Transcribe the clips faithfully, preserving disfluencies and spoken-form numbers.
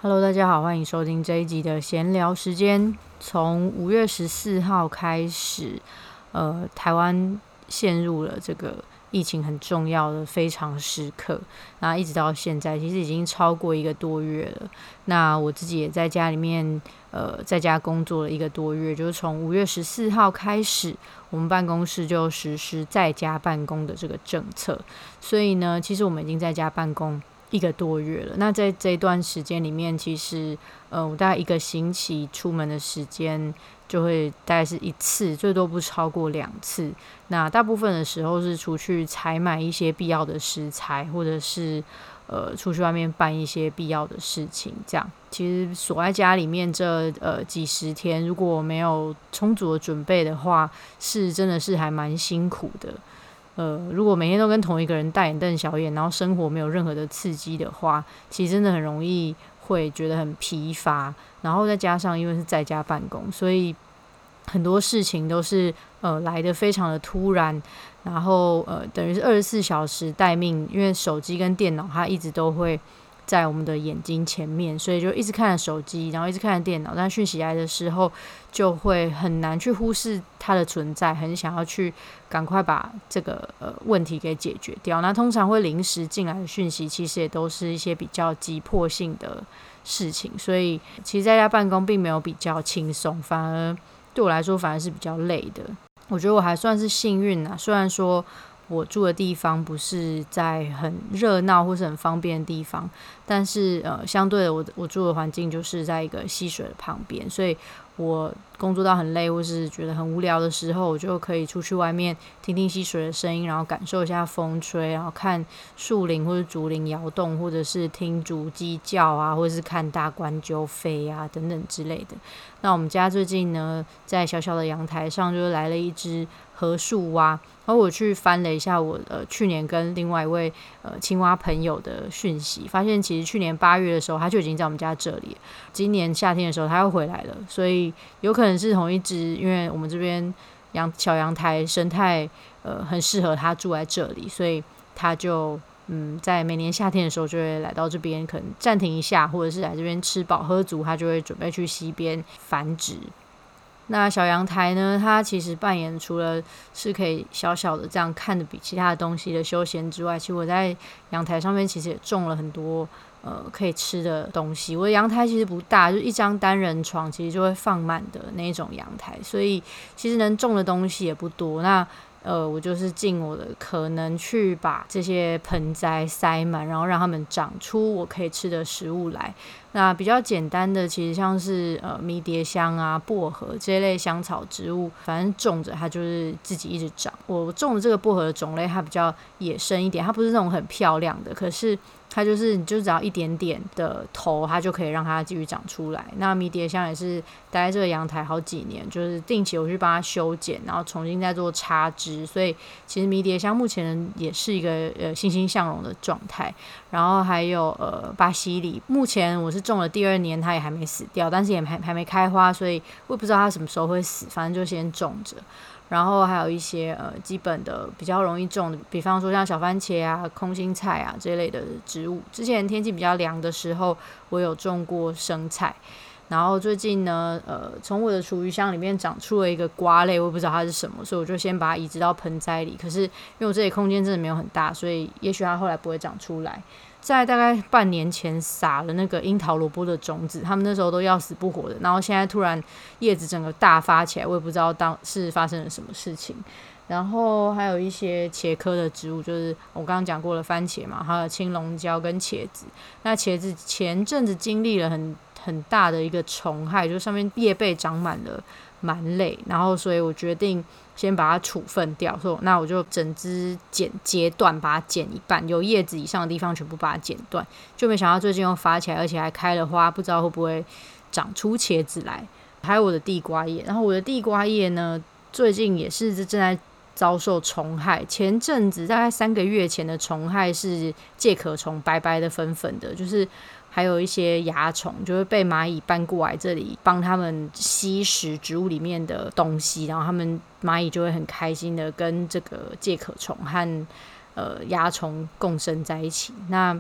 Hello， 大家好，欢迎收听这一集的闲聊时间。从五月十四号开始，呃，台湾陷入了这个疫情很重要的非常时刻，那一直到现在，其实已经超过一个多月了。那我自己也在家里面，呃，在家工作了一个多月，就是从五月十四号开始，我们办公室就实施在家办公的这个政策。所以呢，其实我们已经在家办公一个多月了。那在这一段时间里面，其实呃，我大概一个星期出门的时间就会大概是一次，最多不超过两次。那大部分的时候是出去采买一些必要的食材，或者是呃出去外面办一些必要的事情。这样，其实锁在家里面这呃几十天，如果没有充足的准备的话，是真的是还蛮辛苦的。呃，如果每天都跟同一个人大眼瞪小眼，然后生活没有任何的刺激的话，其实真的很容易会觉得很疲乏。然后再加上因为是在家办公，所以很多事情都是呃来得非常的突然，然后呃等于是二十四小时待命，因为手机跟电脑它一直都会在我们的眼睛前面，所以就一直看着手机，然后一直看着电脑，但讯息来的时候就会很难去忽视它的存在，很想要去赶快把这个呃问题给解决掉。那通常会临时进来的讯息，其实也都是一些比较急迫性的事情，所以其实在家办公并没有比较轻松，反而对我来说反而是比较累的。我觉得我还算是幸运啊，虽然说我住的地方不是在很热闹或是很方便的地方，但是呃，相对的我我住的环境就是在一个溪水的旁边，所以我工作到很累或是觉得很无聊的时候，我就可以出去外面听听溪水的声音，然后感受一下风吹，然后看树林或者竹林摇动，或者是听竹鸡叫啊，或者是看大冠鸠飞啊等等之类的。那我们家最近呢，在小小的阳台上就来了一只河树蛙，然后我去翻了一下我呃去年跟另外一位呃青蛙朋友的讯息，发现其实去年八月的时候他就已经在我们家这里了，今年夏天的时候他又回来了，所以有可能是同一只，因为我们这边阳小阳台生态呃很适合他住在这里，所以他就嗯在每年夏天的时候就会来到这边，可能暂停一下，或者是来这边吃饱喝足，他就会准备去溪边繁殖。那小阳台呢，它其实扮演除了是可以小小的这样看着比其他的东西的休闲之外，其实我在阳台上面其实也种了很多呃可以吃的东西。我的阳台其实不大，就一张单人床其实就会放满的那种阳台，所以其实能种的东西也不多。那呃，我就是尽我的可能去把这些盆栽塞满，然后让它们长出我可以吃的食物来。那比较简单的，其实像是呃迷迭香啊、薄荷这类香草植物，反正种着它就是自己一直长。我种的这个薄荷的种类，它比较野生一点，它不是那种很漂亮的，可是它就是你就只要一点点的头，它就可以让它继续长出来。那迷迭香也是待在这个阳台好几年，就是定期我去帮它修剪，然后重新再做插枝，所以其实迷迭香目前也是一个呃欣欣向荣的状态。然后还有呃巴西里，目前我是种了第二年，它也还没死掉，但是也还还没开花，所以我也不知道它什么时候会死，反正就先种着。然后还有一些呃基本的比较容易种的，比方说像小番茄啊、空心菜啊这类的植物。之前天气比较凉的时候，我有种过生菜。然后最近呢，呃，从我的厨余箱里面长出了一个瓜类，我也不知道它是什么，所以我就先把它移植到盆栽里。可是因为我这里空间真的没有很大，所以也许它后来不会长出来。在大概半年前撒了那个樱桃萝卜的种子，他们那时候都要死不活的，然后现在突然叶子整个大发起来，我也不知道当是发生了什么事情。然后还有一些茄科的植物，就是我刚刚讲过了番茄嘛，还有青龙椒跟茄子。那茄子前阵子经历了很很大的一个虫害，就上面叶背长满了螨类，然后所以我决定先把它处分掉，所以那我就整枝剪截断，把它剪一半，有叶子以上的地方全部把它剪断，就没想到最近又发起来，而且还开了花，不知道会不会长出茄子来。还有我的地瓜叶，然后我的地瓜叶呢，最近也是正在遭受虫害。前阵子大概三个月前的虫害是介壳虫，白白的粉粉的，就是还有一些蚜虫，就会被蚂蚁搬过来这里帮他们吸食植物里面的东西，然后他们蚂蚁就会很开心的跟这个介壳虫和呃蚜虫共生在一起。那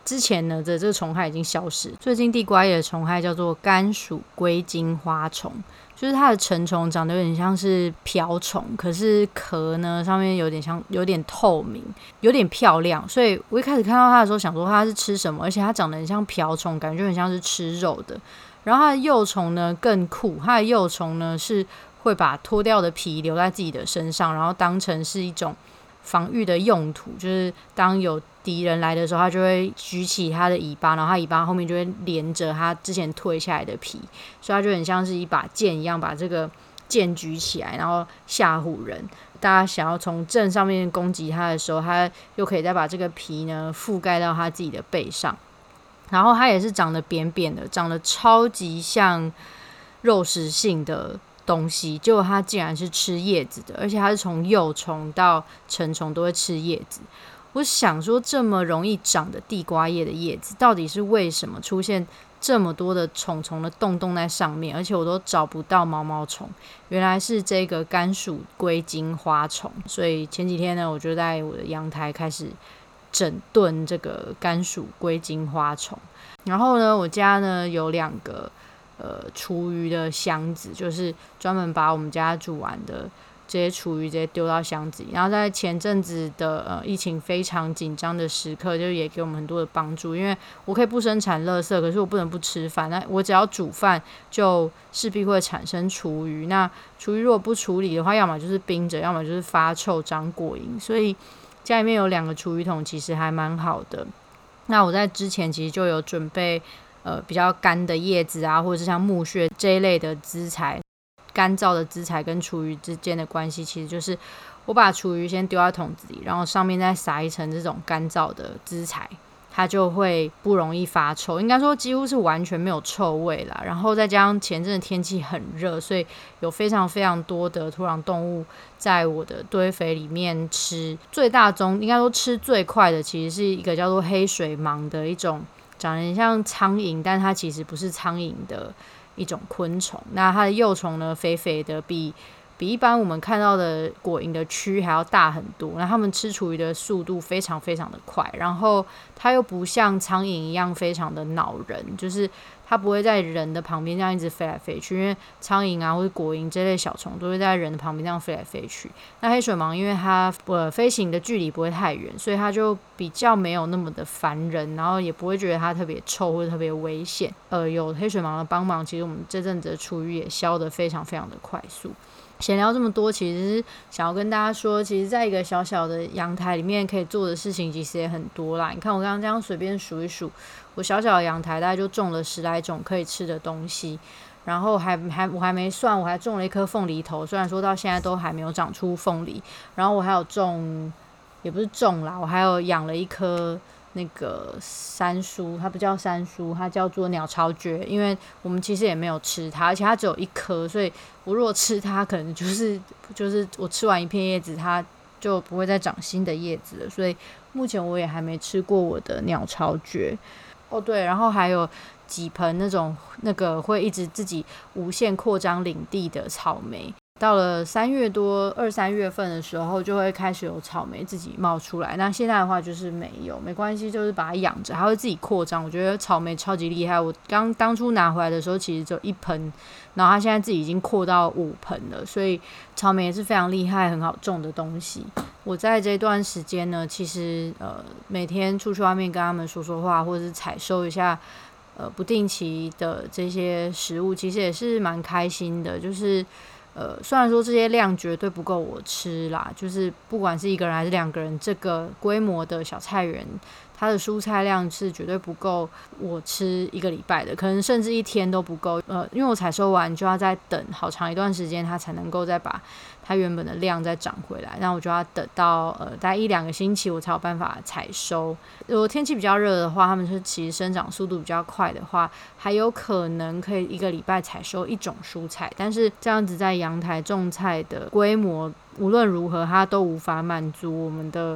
之前呢的这个虫害已经消失，最近地瓜叶的虫害叫做甘薯龟金花虫，就是它的成虫长得有点像是瓢虫，可是壳呢上面有点像有点透明，有点漂亮，所以我一开始看到它的时候想说它是吃什么，而且它长得很像瓢虫，感觉很像是吃肉的。然后它的幼虫呢更酷，它的幼虫呢是会把脱掉的皮留在自己的身上，然后当成是一种防御的用途，就是当有敌人来的时候，它就会举起它的尾巴，然后它尾巴后面就会连着它之前退下来的皮，所以它就很像是一把剑一样，把这个剑举起来，然后吓唬人。大家想要从正上面攻击它的时候，它又可以再把这个皮呢覆盖到它自己的背上。然后它也是长得扁扁的，长得超级像肉食性的东西，结果它竟然是吃叶子的，而且它是从幼虫到成虫都会吃叶子。我想说，这么容易长的地瓜叶的叶子，到底是为什么出现这么多的虫虫的洞洞在上面，而且我都找不到毛毛虫？原来是这个甘薯龟金花虫。所以前几天呢，我就在我的阳台开始整顿这个甘薯龟金花虫。然后呢，我家呢有两个呃厨余的箱子，就是专门把我们家煮完的这些厨余直接丢到箱子里。然后在前阵子的呃疫情非常紧张的时刻，就也给我们很多的帮助。因为我可以不生产垃圾，可是我不能不吃饭。那我只要煮饭，就势必会产生厨余。那厨余如果不处理的话，要么就是冰着，要么就是发臭长果蝇。所以家里面有两个厨余桶，其实还蛮好的。那我在之前其实就有准备呃比较干的叶子啊，或者是像木屑这一类的资材。干燥的资材跟厨余之间的关系，其实就是我把厨余先丢在桶子里，然后上面再撒一层这种干燥的资材，它就会不容易发臭，应该说几乎是完全没有臭味啦。然后再加上前阵的天气很热，所以有非常非常多的土壤动物在我的堆肥里面吃。最大宗应该说吃最快的，其实是一个叫做黑水虻的一种长得很像苍蝇，但它其实不是苍蝇的一种昆虫。那它的幼虫呢，肥肥的，比比一般我们看到的果蝇的蛆还要大很多。那它们吃厨余的速度非常非常的快，然后它又不像苍蝇一样非常的恼人，就是它不会在人的旁边这样一直飞来飞去，因为苍蝇啊或者果蝇这类小虫都会在人的旁边这样飞来飞去。那黑水虻因为它呃飞行的距离不会太远，所以它就比较没有那么的烦人，然后也不会觉得它特别臭或者特别危险。呃，有黑水虻的帮忙，其实我们这阵子的厨余也消得非常非常的快速。闲聊这么多，其实是想要跟大家说，其实在一个小小的阳台里面可以做的事情其实也很多啦。你看我刚刚这样随便数一数，我小小的阳台大概就种了十来种可以吃的东西，然后还还我还没算，我还种了一颗凤梨头，虽然说到现在都还没有长出凤梨。然后我还有种，也不是种啦，我还有养了一颗那个山苏，它不叫山苏，它叫做鸟巢蕨，因为我们其实也没有吃它，而且它只有一颗，所以我如果吃它，可能就是就是我吃完一片叶子，它就不会再长新的叶子了，所以目前我也还没吃过我的鸟巢蕨。哦对，然后还有几盆那种那个会一直自己无限扩张领地的草莓。到了三月多二三月份的时候，就会开始有草莓自己冒出来。那现在的话就是没有，没关系，就是把它养着，它会自己扩张。我觉得草莓超级厉害，我刚当初拿回来的时候其实只有一盆，然后它现在自己已经扩到五盆了，所以草莓也是非常厉害很好种的东西。我在这段时间呢，其实呃每天出去外面跟他们说说话，或者是采收一下呃不定期的这些食物，其实也是蛮开心的。就是呃，虽然说这些量绝对不够我吃啦，就是不管是一个人还是两个人，这个规模的小菜园，它的蔬菜量是绝对不够我吃一个礼拜的，可能甚至一天都不够。呃，因为我采收完就要再等好长一段时间，它才能够再把它原本的量再长回来，那我就要等到呃大概一两个星期我才有办法采收。如果天气比较热的话，它们是其实生长速度比较快的话，还有可能可以一个礼拜采收一种蔬菜，但是这样子在阳台种菜的规模无论如何它都无法满足我们的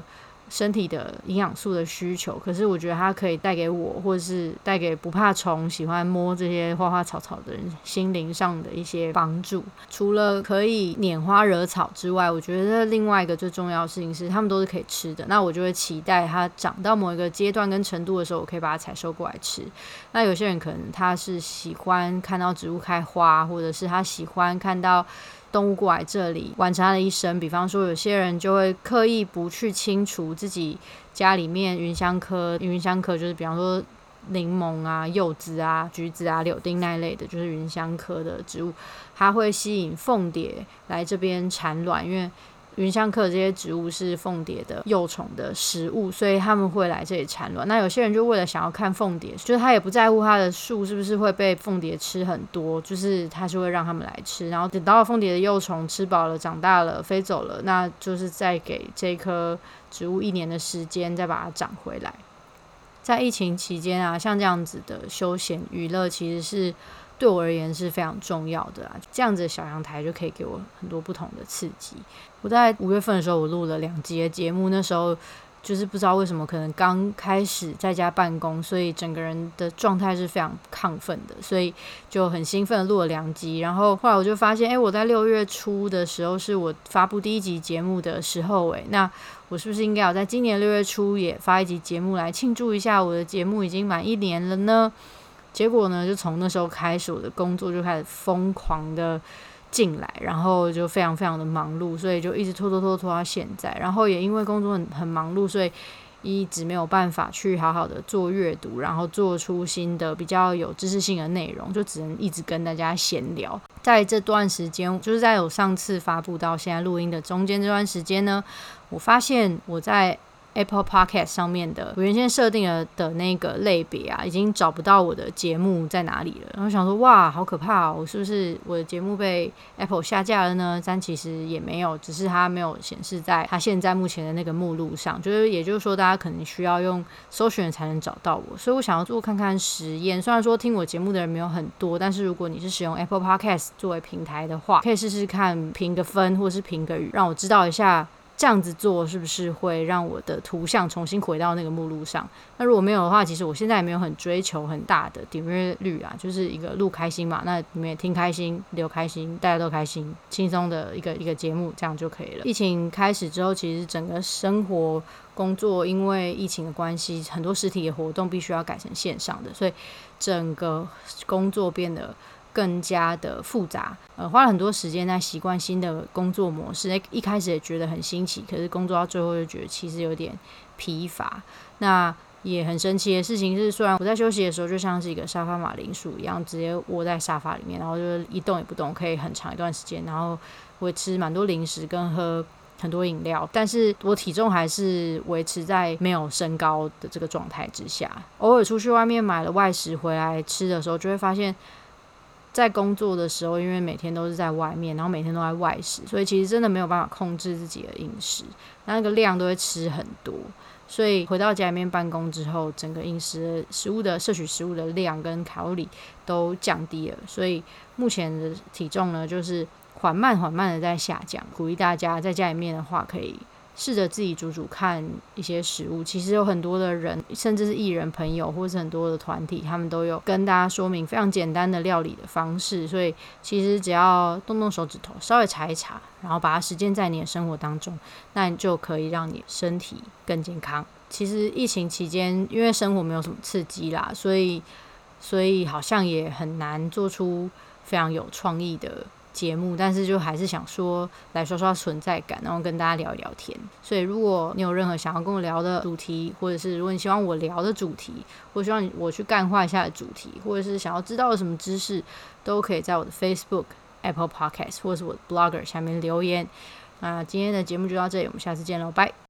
身体的营养素的需求，可是我觉得它可以带给我，或者是带给不怕虫、喜欢摸这些花花草草的人心灵上的一些帮助。除了可以拈花惹草之外，我觉得另外一个最重要的事情是，它们都是可以吃的。那我就会期待它长到某一个阶段跟程度的时候，我可以把它采收过来吃。那有些人可能他是喜欢看到植物开花，或者是他喜欢看到动物过来这里完成他的一生，比方说有些人就会刻意不去清除自己家里面芸香科，芸香科就是比方说柠檬啊、柚子啊、橘子啊、柳丁那一类的，就是芸香科的植物，它会吸引凤蝶来这边产卵，因为芸香科这些植物是凤蝶的幼虫的食物，所以他们会来这里产卵。那有些人就为了想要看凤蝶，就是他也不在乎它的树是不是会被凤蝶吃很多，就是他是会让他们来吃，然后等到凤蝶的幼虫吃饱了、长大了、飞走了，那就是再给这棵植物一年的时间，再把它长回来。在疫情期间啊，像这样子的休闲娱乐，其实是对我而言是非常重要的啊。这样子的小阳台就可以给我很多不同的刺激。我在五月份的时候，我录了两集的节目，那时候就是不知道为什么，可能刚开始在家办公，所以整个人的状态是非常亢奋的，所以就很兴奋的录了两集。然后后来我就发现，哎，我在六月初的时候是我发布第一集节目的时候，哎，那我是不是应该要在今年六月初也发一集节目来庆祝一下我的节目已经满一年了呢？结果呢，就从那时候开始，我的工作就开始疯狂的进来，然后就非常非常的忙碌，所以就一直拖拖拖拖到现在。然后也因为工作很很忙碌，所以一直没有办法去好好的做阅读，然后做出新的比较有知识性的内容，就只能一直跟大家闲聊。在这段时间，就是在我上次发布到现在录音的中间这段时间呢，我发现我在Apple Podcast 上面的我原先设定的的那个类别啊，已经找不到我的节目在哪里了。然后想说，哇，好可怕哦！我是不是我的节目被 Apple 下架了呢？但其实也没有，只是它没有显示在它现在目前的那个目录上。就是也就是说，大家可能需要用搜寻才能找到我。所以我想要做看看实验。虽然说听我节目的人没有很多，但是如果你是使用 Apple Podcast 作为平台的话，可以试试看评个分或是评个语，让我知道一下。这样子做是不是会让我的图像重新回到那个目录上？那如果没有的话，其实我现在也没有很追求很大的点阅率啊，就是一个录开心嘛，那你们也听开心、聊开心，大家都开心，轻松的一个一个节目，这样就可以了。疫情开始之后，其实整个生活、工作因为疫情的关系，很多实体的活动必须要改成线上的，所以整个工作变得更加的复杂，呃，花了很多时间在习惯新的工作模式。一开始也觉得很新奇，可是工作到最后就觉得其实有点疲乏。那也很神奇的事情是，虽然我在休息的时候就像是一个沙发马铃薯一样，直接窝在沙发里面，然后就一动也不动，可以很长一段时间，然后会吃蛮多零食跟喝很多饮料，但是我体重还是维持在没有升高的这个状态之下。偶尔出去外面买了外食回来吃的时候，就会发现在工作的时候，因为每天都是在外面，然后每天都在外食，所以其实真的没有办法控制自己的饮食，那个量都会吃很多。所以回到家里面办公之后，整个饮食食物的摄取食物的量跟卡路里都降低了，所以目前的体重呢，就是缓慢缓慢的在下降。鼓励大家在家里面的话，可以试着自己煮煮看一些食物。其实有很多的人，甚至是艺人朋友或是很多的团体，他们都有跟大家说明非常简单的料理的方式，所以其实只要动动手指头，稍微查一查，然后把它实践在你的生活当中，那你就可以让你身体更健康。其实疫情期间因为生活没有什么刺激啦，所以所以好像也很难做出非常有创意的节目，但是就还是想说来刷刷存在感，然后跟大家聊一聊天。所以如果你有任何想要跟我聊的主题，或者是如果你希望我聊的主题，或希望我去干化一下的主题，或者是想要知道的什么知识，都可以在我的 Facebook、Apple Podcast 或者是我的 Blogger 下面留言。那今天的节目就到这里，我们下次见喽，拜。